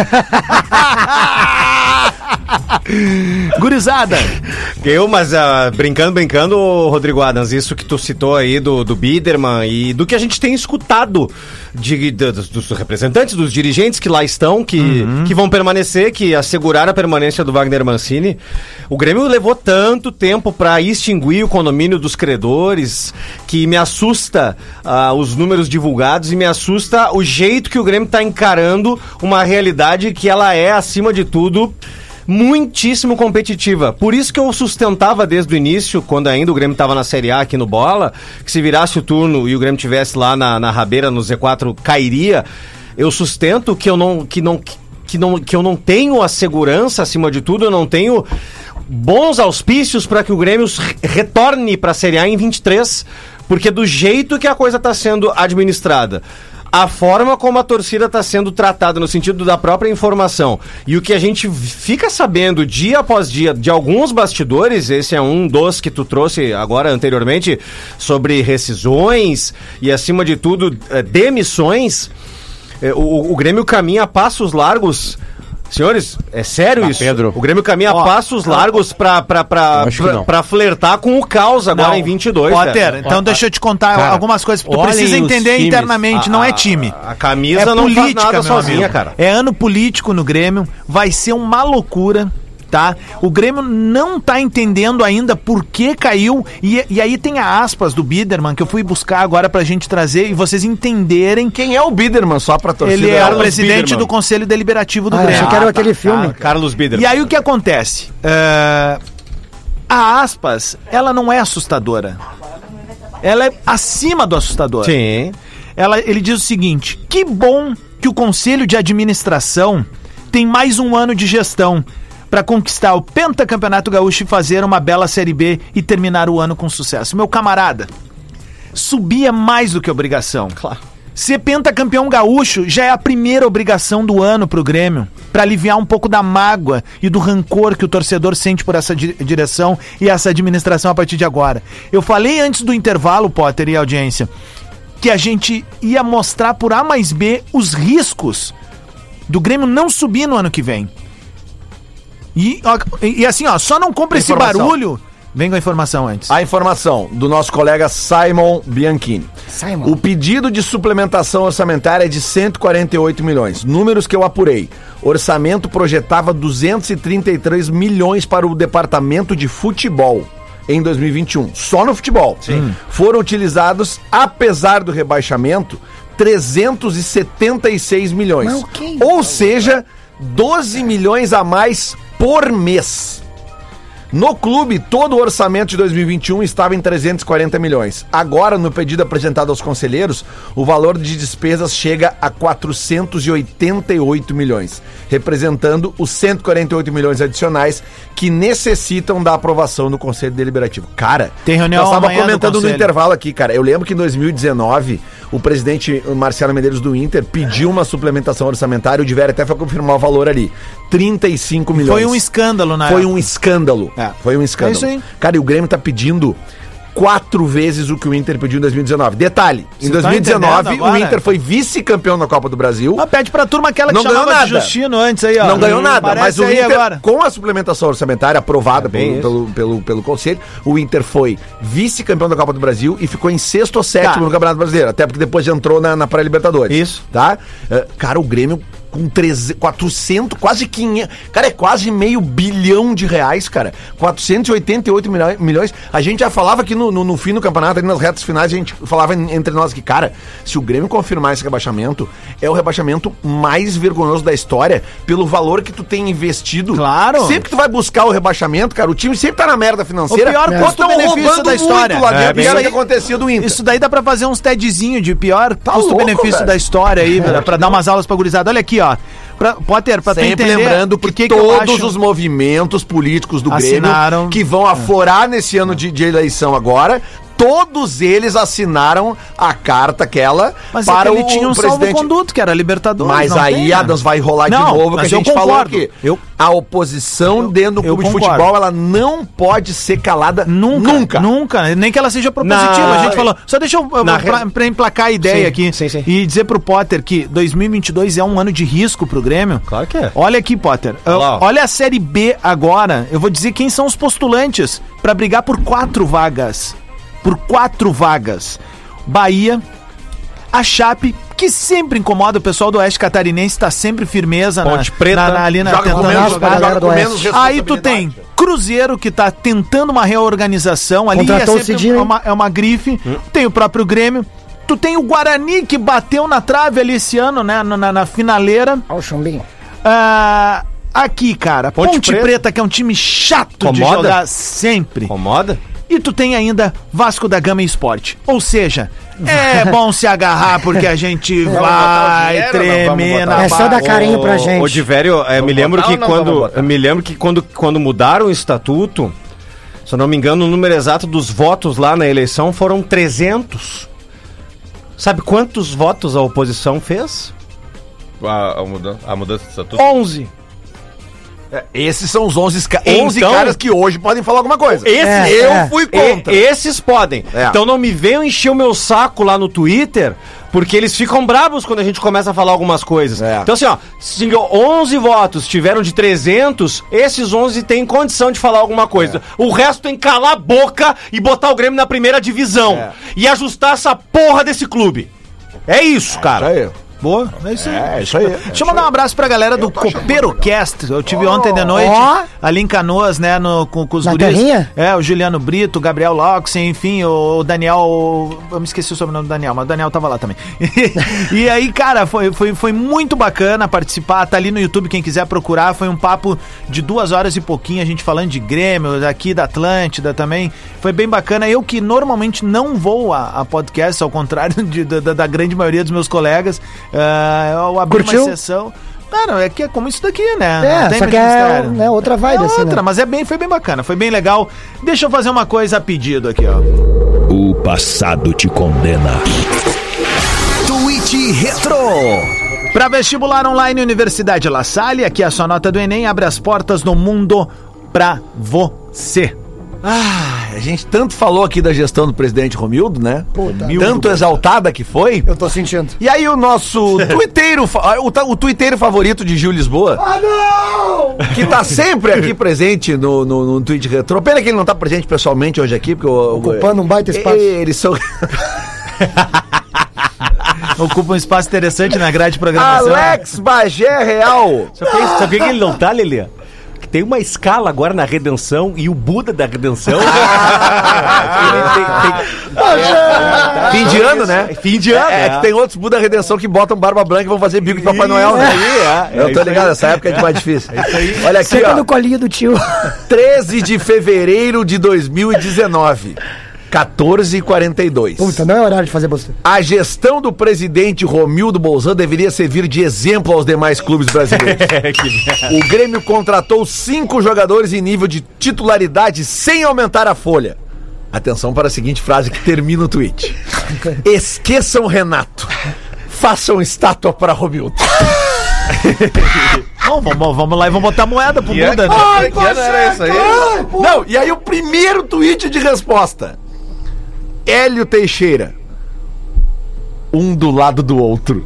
Gurizada. Mas brincando, Rodrigo Adams, isso que tu citou aí do Biderman e do que a gente tem escutado dos representantes, dos dirigentes que lá estão, que vão permanecer, que asseguraram a permanência do Wagner Mancini. O Grêmio levou tanto tempo para extinguir o condomínio dos credores que me assusta os números divulgados e me assusta o jeito que o Grêmio tá encarando uma realidade que ela é, acima de tudo, muitíssimo competitiva. Por isso que eu sustentava desde o início, quando ainda o Grêmio estava na Série A aqui no Bola, que se virasse o turno e o Grêmio estivesse lá na rabeira, no Z4, cairia. Eu sustento que eu não tenho a segurança, acima de tudo, eu não tenho bons auspícios para que o Grêmio retorne para a Série A em 23, porque do jeito que a coisa está sendo administrada, a forma como a torcida está sendo tratada no sentido da própria informação e o que a gente fica sabendo dia após dia de alguns bastidores, esse é um dos que tu trouxe agora anteriormente, sobre rescisões e, acima de tudo, demissões, o Grêmio caminha a passos largos. Senhores, é sério isso? Pedro. O Grêmio caminha a passos largos pra flertar com o caos agora em 22. Potter, então deixa eu te contar algumas coisas. Tu precisa entender internamente, não é time. A camisa não faz nada sozinha, cara. É ano político no Grêmio, vai ser uma loucura. Tá? O Grêmio não tá entendendo ainda por que caiu, e aí tem a aspas do Biderman que eu fui buscar agora pra gente trazer e vocês entenderem. Quem é o Biderman, só pra torcida? Ele é o presidente do Conselho Deliberativo do Grêmio. Eu quero aquele filme. Carlos Biderman. E aí o que acontece? A aspas, ela não é assustadora. Ela é acima do assustador. Sim. Ele diz o seguinte: que bom que o Conselho de Administração tem mais um ano de gestão para conquistar o pentacampeonato gaúcho e fazer uma bela Série B e terminar o ano com sucesso. Meu camarada, subir é mais do que obrigação. Claro. Ser pentacampeão gaúcho já é a primeira obrigação do ano pro Grêmio, para aliviar um pouco da mágoa e do rancor que o torcedor sente por essa direção e essa administração a partir de agora. Eu falei antes do intervalo, Potter e audiência, que a gente ia mostrar por A mais B os riscos do Grêmio não subir no ano que vem. E assim, só não compra esse barulho. Vem com a informação antes. A informação do nosso colega Simon Bianchini. O pedido de suplementação orçamentária é de 148 milhões. Números que eu apurei. Orçamento projetava 233 milhões para o departamento de futebol em 2021. Só no futebol. Sim. Foram utilizados, apesar do rebaixamento, 376 milhões. Ou seja, 12 milhões a mais por mês. No clube, todo o orçamento de 2021 estava em 340 milhões. Agora, no pedido apresentado aos conselheiros, o valor de despesas chega a 488 milhões, representando os 148 milhões adicionais que necessitam da aprovação do Conselho Deliberativo. Cara, tem reunião eu estava comentando no intervalo aqui, cara. Eu lembro que em 2019, o presidente Marcelo Medeiros do Inter pediu uma suplementação orçamentária, o Diver até foi confirmar o valor ali. 35 milhões. Foi um escândalo, né? Foi um escândalo. Foi um escândalo. É isso aí. Cara, e o Grêmio tá pedindo 4 vezes o que o Inter pediu em 2019. Detalhe, em 2019 o Inter foi vice-campeão na Copa do Brasil. Pede pra turma aquela que não chamava nada de Justino antes aí, ó. Não ganhou nada, mas o Inter, agora, com a suplementação orçamentária aprovada pelo Conselho, o Inter foi vice-campeão da Copa do Brasil e ficou em 6º ou 7º no Campeonato Brasileiro, até porque depois entrou na pré-Libertadores. Isso. Tá? Cara, o Grêmio com 400, quase 500, cara, é quase meio bilhão de reais, cara, 488 milhões, a gente já falava aqui no fim do campeonato, ali nas retas finais, a gente falava entre nós que, cara, se o Grêmio confirmar esse rebaixamento, é o rebaixamento mais vergonhoso da história, pelo valor que tu tem investido. Claro. Sempre que tu vai buscar o rebaixamento, cara, o time sempre tá na merda financeira. O pior custo-benefício da história. Lá dentro, isso aí que acontecia do Inter. Isso daí dá pra fazer uns TEDzinho de pior custo-benefício da história aí, pra dar umas aulas pra gurizada. Olha aqui, ó. Potter, pra sempre tu entender, lembrando que todos os movimentos políticos do Grêmio que vão aforar nesse ano de eleição agora, todos eles assinaram a carta aquela Mas para ele tinha um salvo-conduto, que era a Libertadores. Mas não aí, tem, né? Adams, vai rolar Não, de novo, que a mas eu gente falou concordo. aqui. A oposição dentro do eu clube de concordo. futebol, ela não pode ser calada Nunca. Nem que ela seja propositiva. A gente falou. Só deixa eu pra emplacar a ideia aqui sim. e dizer pro Potter que 2022 é um ano de risco pro Grêmio. Claro que é. Olha aqui, Potter. Olha a Série B agora. Eu vou dizer quem são os postulantes pra brigar por 4 vagas. Bahia, a Chape, que sempre incomoda o pessoal do Oeste Catarinense, tá sempre firmeza Ponte Preta, ali na joga com menos, joga com menos Aí tu tem Cruzeiro, que tá tentando uma reorganização. Ali Contratou o sempre Cidinho, é uma grife. Tem o próprio Grêmio. Tu tem o Guarani, que bateu na trave ali esse ano, né? Na finaleira. Olha o chumbinho. Aqui, cara, Ponte Preta, que é um time chato de Incomoda? jogar sempre. Incomoda? E tu tem ainda Vasco da Gama e Sport. Ou seja, é bom se agarrar porque a gente vai tremer na É só dar carinho pra gente. Ô, Divério, me lembro botar que ou não vamos botar? quando mudaram o estatuto, se eu não me engano, o número exato dos votos lá na eleição foram 300. Sabe quantos votos a oposição fez? A mudança de estatuto? 11. Esses são os 11 Então- caras que hoje podem falar alguma coisa. Eu fui contra. Esses podem. É. Então não me venham encher o meu saco lá no Twitter, porque eles ficam bravos quando a gente começa a falar algumas coisas. É. Então assim, ó, se 11 votos tiveram de 300, esses 11 têm condição de falar alguma coisa. O resto tem que calar a boca e botar o Grêmio na primeira divisão. E ajustar essa porra desse clube. É isso, cara. Aí. Boa, é isso aí. É, isso aí. Deixa eu mandar um abraço pra galera do CoperoCast. Eu tive ontem de noite ali em Canoas, né, com os Na guris. terrinha? O Juliano Brito, o Gabriel Loxen, enfim, o Daniel. Eu me esqueci o sobrenome do Daniel, mas o Daniel tava lá também. E aí, cara, foi muito bacana participar. Tá ali no YouTube, quem quiser procurar. Foi um papo de 2 horas e pouquinho, a gente falando de Grêmio, aqui da Atlântida também. Foi bem bacana. Eu que normalmente não vou a podcast, ao contrário da grande maioria dos meus colegas. Eu abri Curtiu? uma exceção. Não, é que é como isso daqui, né? Não É, tem só muito que é mistério. né, outra vibe, assim, outra, né? mas foi bem bacana, foi bem legal. Deixa eu fazer uma coisa a pedido aqui, ó. O passado te condena. Tweet Retro. Pra vestibular online Universidade La Salle, aqui a sua nota do Enem abre as portas do mundo pra você. A gente tanto falou aqui da gestão do presidente Romildo, né? Puta. Tanto exaltada que foi. Eu tô sentindo. E aí o nosso tuiteiro, o tuiteiro favorito de Gil Lisboa, que tá sempre aqui presente no Tweet Retro. Pena que ele não tá presente pessoalmente hoje aqui, porque Ocupando um baita espaço. Eles são... Ocupa um espaço interessante na grade de programação. Alex Bagé Real. Sabe o que ele não tá, Lelê? Que tem uma escala agora na Redenção e o Buda da Redenção. Fim de ano, né? Fim de ano. É que tem outros Buda Redenção que botam barba branca e vão fazer bico de Papai Noel, né? Eu tô ligado, essa época é mais difícil. Olha aqui, Senta ó. no colinho do tio. 13 de fevereiro de 2019. 14h42. Puta, não é horário de fazer bosta. A gestão do presidente Romildo Bolzan deveria servir de exemplo aos demais clubes brasileiros. O Grêmio contratou 5 jogadores em nível de titularidade sem aumentar a folha. Atenção para a seguinte frase que termina o tweet. Esqueçam Renato. Façam estátua para Romildo. Não, vamos lá e vamos botar moeda pro Buda, né? Que ano era isso aí? Não, e aí o primeiro tweet de resposta. Hélio Teixeira. Um do lado do outro.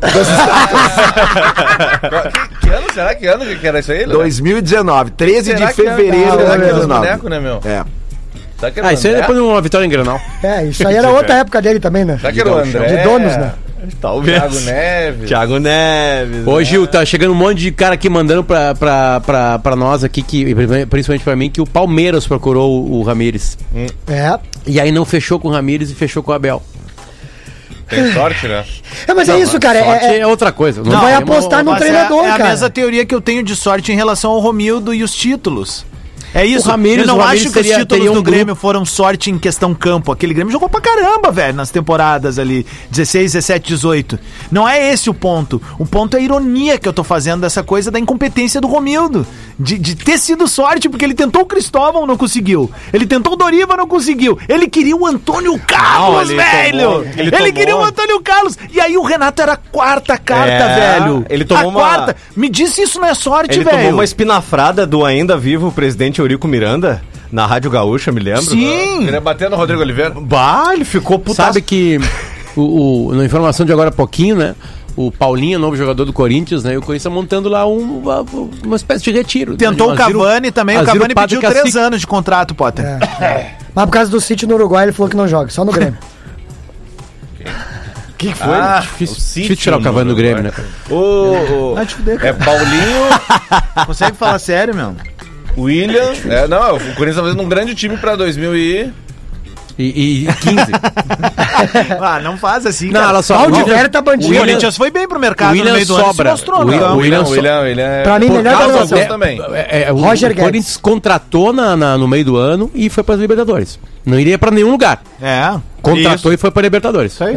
Que ano? Será que ano que era isso aí, Léo? 2019, 13 Será de que fevereiro de era dos 2019. bonecos, né, meu? É. Será que era o Isso aí André? depois de uma vitória em Granal. É, isso aí era outra época dele também, né? Será que era o André? De donos, né? Talvez. Thiago Neves. Thiago Neves. Ô, Gil, tá chegando um monte de cara aqui mandando pra nós aqui, principalmente pra mim, que o Palmeiras procurou o Ramires. É. E aí não fechou com o Ramires e fechou com o Abel. Tem sorte, né? É, mas é isso, cara. Sorte É, é outra coisa. Não vai tem uma- apostar no Mas treinador, é a cara. mesma teoria que eu tenho de sorte em relação ao Romildo e os títulos. É isso. O Ramires, eu não acho que os títulos teria do Grêmio foram sorte em questão campo. Aquele Grêmio jogou pra caramba, velho, nas temporadas ali, 16, 17, 18. Não é esse o ponto. O ponto é a ironia que eu tô fazendo dessa coisa da incompetência do Romildo. De ter sido sorte, porque ele tentou o Cristóvão, não conseguiu. Ele tentou o Doriva, não conseguiu. Ele queria o Antônio Carlos, velho. Ele queria o Antônio Carlos. E aí o Renato era a quarta carta, velho. Ele tomou quarta. Me diz se isso não é sorte, ele velho. Tomou uma espinafrada do ainda vivo presidente Eurico Miranda na Rádio Gaúcha, me lembro. Sim. Ele ia bater no Rodrigo Oliveira. Bah, ele ficou putaço. Sabe que na informação de agora há pouquinho, né? O Paulinho, novo jogador do Corinthians, né? E o Corinthians tá montando lá uma espécie de retiro. Tentou o Cavani também. O Cavani pediu 3 anos de contrato, Potter. Mas por causa do sítio no Uruguai, ele falou que não joga, só no Grêmio. O que foi? Difícil tirar o Cavani do Grêmio, né? Vai te fuder, cara. É Paulinho, Consegue falar sério, meu? William. O Corinthians tá fazendo um grande time pra 2015. Não faz assim, Não, cara. olha só. O Oliveira tá bandido. O Corinthians foi bem pro mercado no meio do ano. Sobra. Se mostrou, O William Pra mim, melhor contratação também. O Roger Guedes. Corinthians contratou no meio do ano e foi para as Libertadores. Não iria para nenhum lugar. Contratou e foi para Libertadores. Isso aí.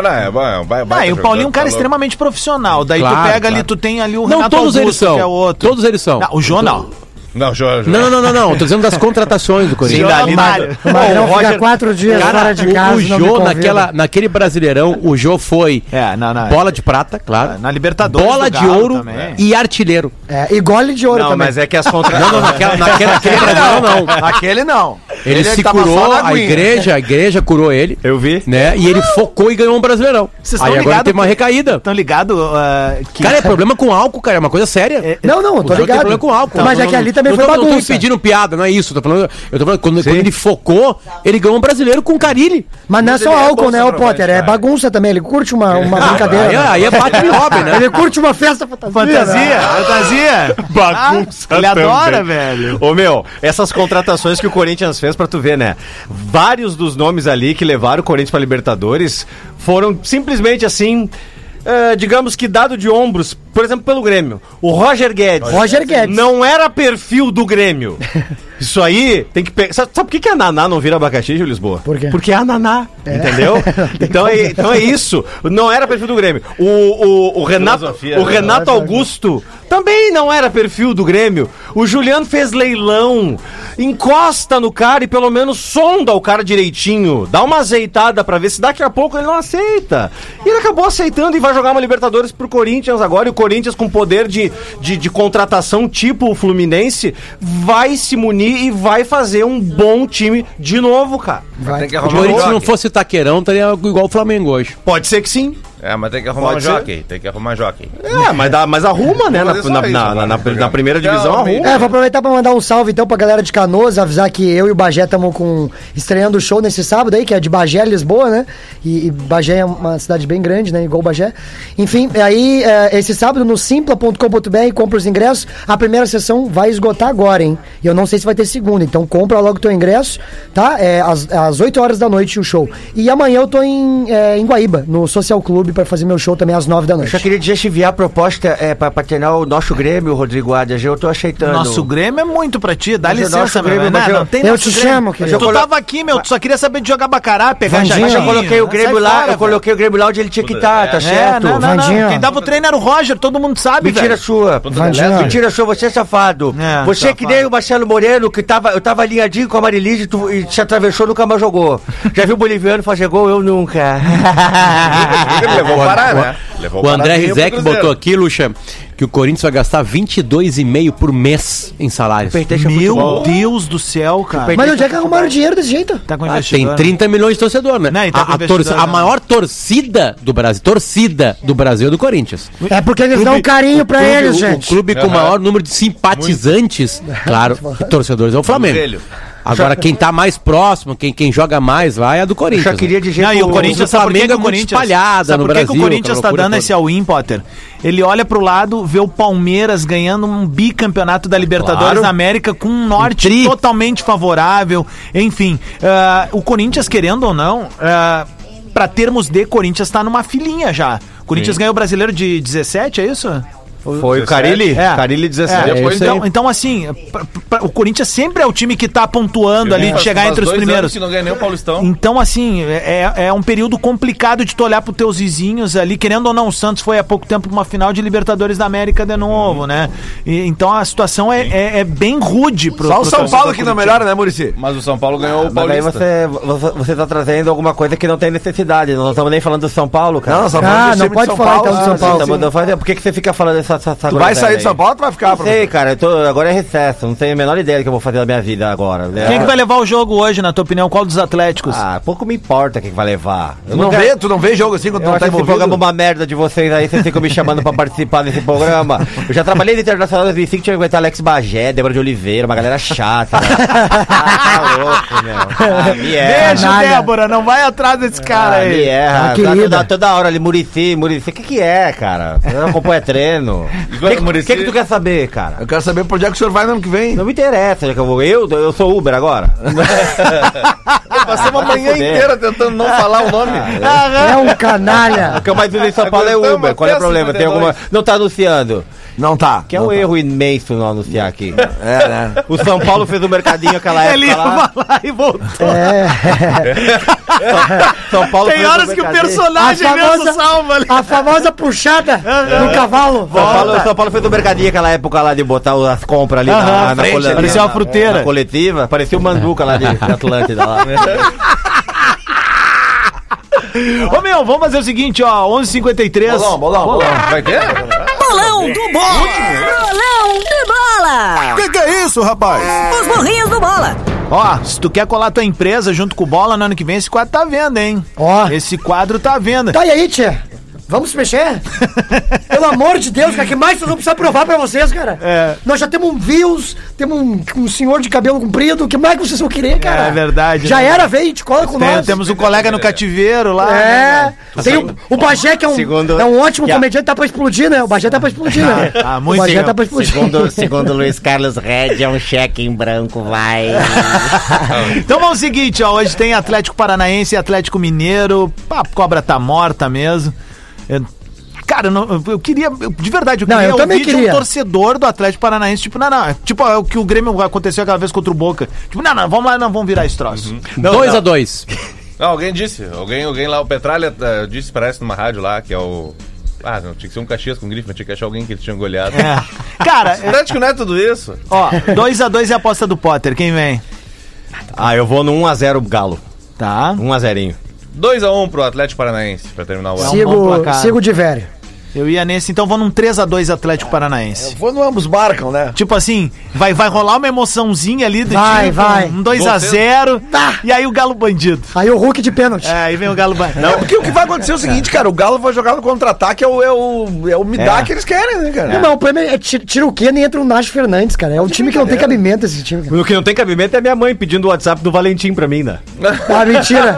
Não, e o Paulinho é um cara extremamente profissional. Daí Claro, tu pega claro. ali, tu tem ali o Não, Renato todos Augusto, eles são. que é o outro. Todos eles são. Não, o Jô não. Não, Jorge. Não. Tô dizendo das contratações do Corinthians. Sim, ali Mário. O Magrão fica 4 dias fora de casa. O Jô, naquele Brasileirão, o Jô foi bola de prata, claro. Na Libertadores. Bola de ouro também. E artilheiro. E gole de ouro não, também. mas é que as contratações. Não, naquele Brasileirão não. Aquele não. Ele se curou, a igreja curou ele. Eu vi. Né? E ele focou e ganhou um Brasileirão. Aí agora teve uma recaída. Estão ligados que... Cara, é problema com álcool, cara. É uma coisa séria. Não, tô ligado. Tem problema com álcool. Mas é que ali também foi bagunça. Não tô pedindo piada, não é isso. Eu tô falando quando ele focou, ele ganhou um brasileiro com Carilli. Mas não é só álcool, né, o Potter? É bagunça também. Ele curte uma brincadeira. Aí é Batman e Robin, né? Ele curte uma festa Fantasia. Bagunça. Ele adora, velho. Ô, meu, essas contratações que o Corinthians fez pra tu ver, né? Vários dos nomes ali que levaram o Corinthians pra Libertadores foram simplesmente assim... digamos que dado de ombros, por exemplo, pelo Grêmio. O Roger Guedes. Não era perfil do Grêmio. Isso aí tem que pegar. Sabe por que a Naná não vira abacaxi, Gil Lisboa? Por quê? Porque é a Naná, entendeu? Então é isso. Não era perfil do Grêmio. O Renato Augusto também não era perfil do Grêmio. O Juliano fez leilão. Encosta no cara e pelo menos sonda o cara direitinho. Dá uma azeitada pra ver se daqui a pouco ele não aceita. E ele acabou aceitando e vai jogar uma Libertadores pro Corinthians agora. E o Corinthians, com poder de contratação tipo o Fluminense, vai se munir e vai fazer um bom time de novo, cara. Se o Corinthians não fosse taqueirão, estaria igual o Flamengo hoje. Pode ser que sim. Mas tem que arrumar jockey. Mas arruma, né? Na primeira divisão arruma. Vou aproveitar pra mandar um salve então pra galera de Canoas, avisar que eu e o Bagé estamos estreando o show nesse sábado aí, que é de Bagé, Lisboa, né? E Bagé é uma cidade bem grande, né? Igual Bagé. Enfim, aí esse sábado no simpla.com.br, compra os ingressos. A primeira sessão vai esgotar agora, hein? E eu não sei se vai ter segunda, então compra logo o teu ingresso, tá? Às 8 horas da noite o show. E amanhã eu tô em Guaíba, no Social Clube, pra fazer meu show também às 9 da noite. Eu só queria dizer se vier a proposta pra treinar o nosso Grêmio, Rodrigo Adas, eu tô aceitando. Nosso Grêmio é muito pra ti, dá licença, Grêmio, meu. Não tem eu te chamo, querido. Tu tava aqui, meu, tu só queria saber de jogar bacará, pegar Vandinha. Mas eu coloquei o Grêmio lá, fora, eu coloquei o Grêmio lá onde ele tinha que estar, tá certo? Vandinha. Quem dava o treino era o Roger, todo mundo sabe, Mentira velho. sua. Vandinha. Você é safado. Você safado. que nem o Marcelo Moreno, que eu tava alinhadinho com a Marilise e se atravessou, nunca mais jogou. Já viu o boliviano fazer gol? Eu nunca. Ele levou parar, né? O André Rizek botou aqui, Luxa, que o Corinthians vai gastar 22,5 por mês em salários. Meu Deus do céu, cara. Mas onde é que arrumaram dinheiro desse jeito? Tá com Tem investidor, 30 milhões de torcedor, né? Não, e tá com investidor, A maior torcida do Brasil é do Corinthians. É porque eles dão carinho pra eles, gente. O clube com o maior número de simpatizantes, claro, e torcedores é o Flamengo. Agora, quem tá mais próximo, quem joga mais lá é a do Corinthians. Eu só queria dizer e o Corinthians, o Flamengo é muito espalhada no Brasil. Por que o Corinthians tá dando esse all-in, Potter? Ele olha pro lado, vê o Palmeiras ganhando um bicampeonato da Libertadores da América com um norte totalmente favorável. Enfim, o Corinthians, querendo ou não, pra termos de Corinthians, tá numa filinha já. O Corinthians ganhou o Brasileiro de 17, é isso? Foi o Carille? É. Carille 17. Então, assim, o Corinthians sempre é o time que tá pontuando ali, de chegar entre os primeiros. Que não ganha nem o Paulistão. Então, assim, é um período complicado de tu olhar pros teus vizinhos ali, querendo ou não, o Santos foi há pouco tempo pra uma final de Libertadores da América de novo, né? Então a situação é bem rude pro Só o São Paulo que não melhora, né, Muricy? Mas o São Paulo ganhou o Mas aí Paulista. você tá trazendo alguma coisa que não tem necessidade. Nós não estamos nem falando do São Paulo, cara. Não, São Paulo não pode falar então do São Paulo. Por que você fica falando essa Tu vai sair de São Paulo ou tu vai ficar? Não sei, cara. Agora é recesso. Não tenho a menor ideia do que eu vou fazer da minha vida agora. Quem é que vai levar o jogo hoje, na tua opinião? Qual dos Atléticos? Pouco me importa quem vai levar. Tu não vê jogo assim quando Eu não acho tá esse envolvido? programa uma merda de vocês aí, vocês ficam me chamando pra participar desse programa. Eu já trabalhei no Internacional 2005, tinha que aguentar Alex Bagé, Débora de Oliveira, uma galera chata. Né? Tá louco, meu. Me erra. Beijo, Débora, não vai atrás desse cara aí. Me erra. querida. Toda hora ali, Muricy. O que é, cara? Você não acompanha treino. O que tu quer saber, cara? Eu quero saber por onde é que o senhor vai no ano que vem. Não me interessa, já que eu vou. Eu sou Uber agora. Passei uma manhã inteira tentando não falar o nome. É um canalha. O que eu mais uso em São Paulo é Aguentamos Uber. Qual é o até problema? Tem 52. alguma. Não tá anunciando. Não tá. Que é um erro imenso não anunciar aqui. É, né? O São Paulo fez o mercadinho aquela época Ele ia lá. lá e voltou. São Paulo Tem fez horas que o personagem mesmo salva ali. A famosa puxada do cavalo. São Paulo fez o mercadinho aquela época lá de botar as compras ali na frente, coletiva. parecia uma fruteira. Na coletiva. Parecia o Manduca lá de Atlântida lá. Ô, meu, vamos fazer o seguinte, ó, 11h53. Bolão. Vai ter? Bolão do Bola! Bolão do Bola! Que é isso, rapaz? Os burrinhos do Bola! Ó, se tu quer colar tua empresa junto com o Bola no ano que vem, esse quadro tá à venda, hein? Ó. Esse quadro tá à venda. Tá, e aí, tia? Vamos se mexer? Pelo amor de Deus, cara, que mais nós vamos precisar provar pra vocês, cara? É. Nós já temos um views, temos um senhor de cabelo comprido, o que mais que vocês vão querer, cara? É verdade, Já né? era, vem, te cola com nós. Temos um colega no cativeiro lá. né? Tem o Bagé, que é um ótimo que a- comediante, tá pra explodir, né? O Bagé tá pra explodir, né? muito o Bagé legal. tá pra explodir. Segundo Luiz Carlos Red, é um cheque em branco, vai. Então vamos ao seguinte, ó, hoje tem Atlético Paranaense e Atlético Mineiro. A cobra tá morta mesmo. Cara, eu queria, de verdade, eu Não, queria eu também ouvir de um queria. torcedor do Atlético Paranaense, tipo, não, tipo, é o que o Grêmio aconteceu aquela vez contra o Boca. Tipo, não, vamos lá, não, vamos virar esse troço. 2-2. Não, alguém disse. Alguém lá, o Petralha disse, parece numa rádio lá, que é o... Ah, não, tinha que ser um Caxias com grife, mas tinha que achar alguém que eles tinham goleado. Cara, Atlético não é tudo isso. ó, 2-2 é a aposta do Potter, quem vem? Eu vou no 1x0 Galo. Tá. 1x0. 2x1 pro Atlético Paranaense, pra terminar o ano. um bom placar. Sigo de velho. Eu ia nesse, então vou num 3-2 Atlético Paranaense. Vou no ambos marcam, né? Tipo assim, vai rolar uma emoçãozinha ali do Vai, tipo, vai. um 2-0, e aí o Galo bandido. Aí o Hulk de pênalti. Aí vem o Galo bandido. Não, porque o que vai acontecer é o seguinte, cara, o Galo vai jogar no contra-ataque, é o me dá que eles querem, né, cara? Não, o problema é tira o Keno e entra o Nacho Fernandes, cara. É um time que não tem cabimento esse time, cara. O que não tem cabimento é minha mãe pedindo o WhatsApp do Valentim pra mim, né? Ah, mentira.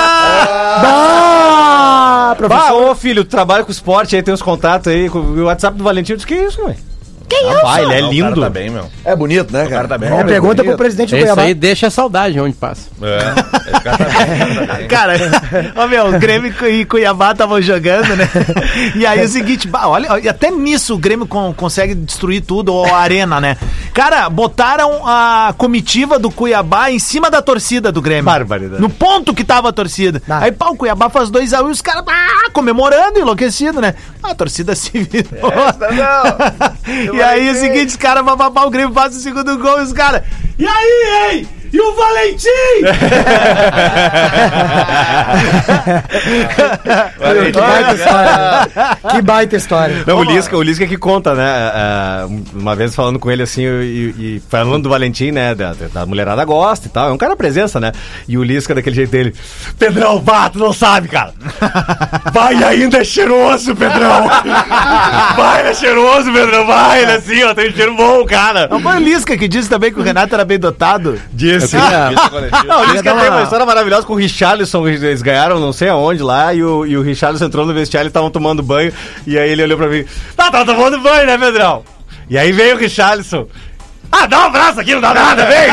Bah, professor. Ô filho, tu trabalha com esporte, aí tem uns contatos aí, com o WhatsApp do Valentim, eu disse, que isso, mãe? Ele é Não, o lindo. cara tá bem, meu. É bonito, né, cara? tá bem. É, pergunta pro presidente do Esse Cuiabá. aí deixa a saudade onde passa. Esse cara tá bem. Cara, ó meu, o Grêmio e Cuiabá estavam jogando, né? E aí o seguinte, olha, até nisso o Grêmio consegue destruir tudo, ou a arena, né? Cara, botaram a comitiva do Cuiabá em cima da torcida do Grêmio. Barbaridade. No ponto que tava a torcida. Aí, pá, o Cuiabá faz 2-1 e os caras comemorando, enlouquecido, né? A torcida se virou. E aí o seguinte, os caras vão papar, o Grêmio faz o segundo gol e os caras... E aí, hein? E o Valentim? Que baita história. Que baita história. Não, o Lisca que conta, né? Uma vez falando com ele assim, e falando do Valentim, né? Da mulherada gosta e tal. É um cara presença, né? E o Lisca daquele jeito dele. Pedrão, tu não sabe, cara. Vai, ainda é cheiroso, Pedrão. Vai, é cheiroso, Pedrão. Vai, ele assim, ó, tem um cheiro bom, cara. Não foi o Lisca que disse também que o Renato era bem dotado? Disse. Não, o Lisca tem uma história maravilhosa com o Richarlison. Eles ganharam não sei aonde lá. E o Richarlison entrou no vestiário e estavam tomando banho. E aí ele olhou pra mim. Tá tomando banho, né, Pedrão? E aí veio o Richarlison. Dá um abraço aqui, não dá nada. Vem.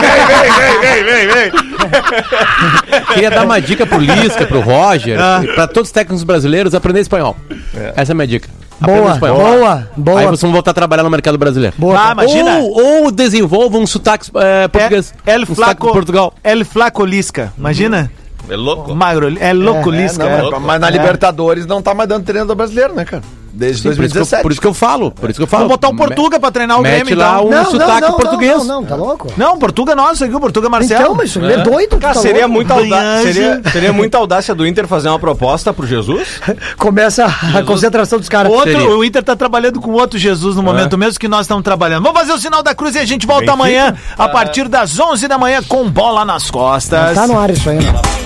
Queria dar uma dica pro Lisca, pro Roger, e pra todos os técnicos brasileiros aprender espanhol. Essa é a minha dica. Boa, boa. Aí vocês vão voltar a trabalhar no mercado brasileiro. Boa. Imagina. Ou desenvolvam um sotaque português. El sotaque Flaco de Portugal. El Flaco Lisca, imagina. É louco. Magro, é louco Lisca. Mas na Libertadores não tá mais dando treinador brasileiro, né, cara? Desde 2017. Por isso que eu falo. Vamos botar o Portuga pra treinar o Mete Grêmio, lá então. um sotaque português. Não, tá louco? Não, Portuga é nosso aqui, o Portuga é Marcelo. Então, mas ele é doido. Cara, tá seria louco? muita audácia. Seria muita audácia do Inter fazer uma proposta pro Jesus? Começa a concentração dos caras. O Inter tá trabalhando com outro Jesus no momento mesmo que nós estamos trabalhando. Vamos fazer o sinal da cruz e a gente volta amanhã a partir das 11 da manhã com bola nas costas. Tá no ar isso aí, né?